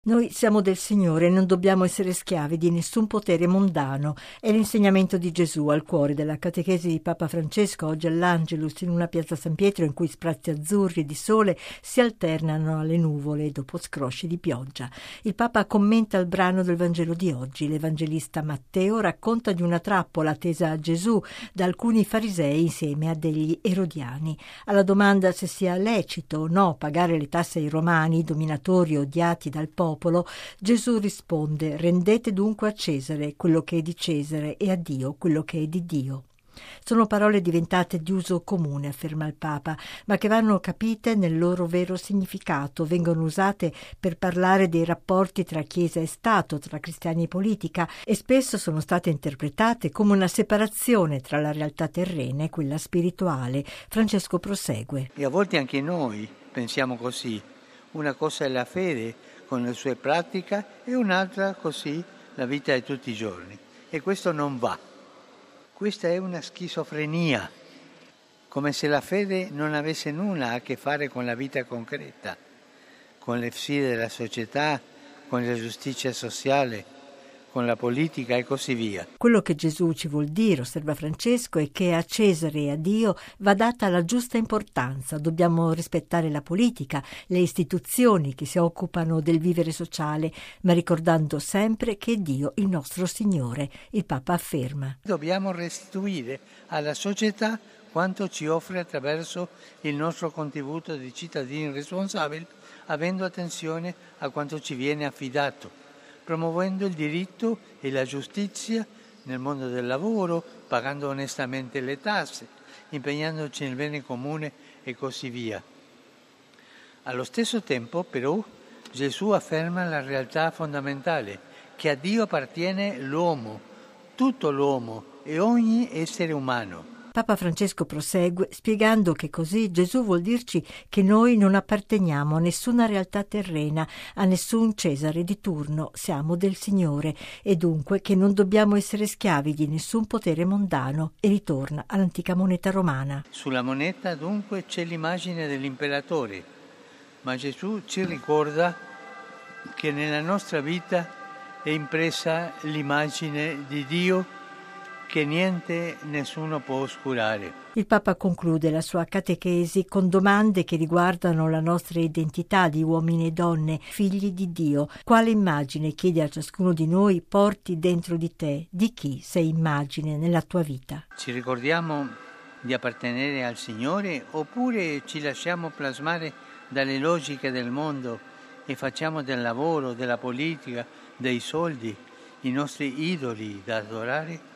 Noi siamo del Signore e non dobbiamo essere schiavi di nessun potere mondano. È l'insegnamento di Gesù al cuore della catechesi di Papa Francesco oggi all'Angelus in una piazza San Pietro in cui sprazzi azzurri di sole si alternano alle nuvole dopo scrosci di pioggia. Il Papa commenta il brano del Vangelo di oggi. L'Evangelista Matteo racconta di una trappola tesa a Gesù da alcuni farisei insieme a degli erodiani. Alla domanda se sia lecito o no pagare le tasse ai romani, dominatori odiati dal popolo, Gesù risponde: rendete dunque a Cesare quello che è di Cesare e a Dio quello che è di Dio. Sono parole diventate di uso comune, afferma il Papa, ma che vanno capite nel loro vero significato. Vengono usate per parlare dei rapporti tra Chiesa e Stato, tra cristiani e politica, e spesso sono state interpretate come una separazione tra la realtà terrena e quella spirituale. Francesco prosegue. E a volte anche noi pensiamo così. Una cosa è la fede con le sue pratiche e un'altra così la vita di tutti i giorni. E questo non va. Questa è una schizofrenia, come se la fede non avesse nulla a che fare con la vita concreta, con le sfide della società, con la giustizia sociale, con la politica e così via. Quello che Gesù ci vuol dire, osserva Francesco, è che a Cesare e a Dio va data la giusta importanza. Dobbiamo rispettare la politica, le istituzioni che si occupano del vivere sociale, ma ricordando sempre che è Dio il nostro Signore. Il Papa afferma: dobbiamo restituire alla società quanto ci offre attraverso il nostro contributo di cittadini responsabili, avendo attenzione a quanto ci viene affidato, promuovendo il diritto e la giustizia nel mondo del lavoro, pagando onestamente le tasse, impegnandoci nel bene comune e così via. Allo stesso tempo, però, Gesù afferma la realtà fondamentale, che a Dio appartiene l'uomo, tutto l'uomo e ogni essere umano. Papa Francesco prosegue spiegando che così Gesù vuol dirci che noi non apparteniamo a nessuna realtà terrena, a nessun Cesare di turno, siamo del Signore e dunque che non dobbiamo essere schiavi di nessun potere mondano, e ritorna all'antica moneta romana. Sulla moneta dunque c'è l'immagine dell'imperatore, ma Gesù ci ricorda che nella nostra vita è impressa l'immagine di Dio che niente, nessuno può oscurare. Il Papa conclude la sua catechesi con domande che riguardano la nostra identità di uomini e donne, figli di Dio. Quale immagine, chiede a ciascuno di noi, porti dentro di te? Di chi sei immagine nella tua vita? Ci ricordiamo di appartenere al Signore oppure ci lasciamo plasmare dalle logiche del mondo e facciamo del lavoro, della politica, dei soldi i nostri idoli da adorare?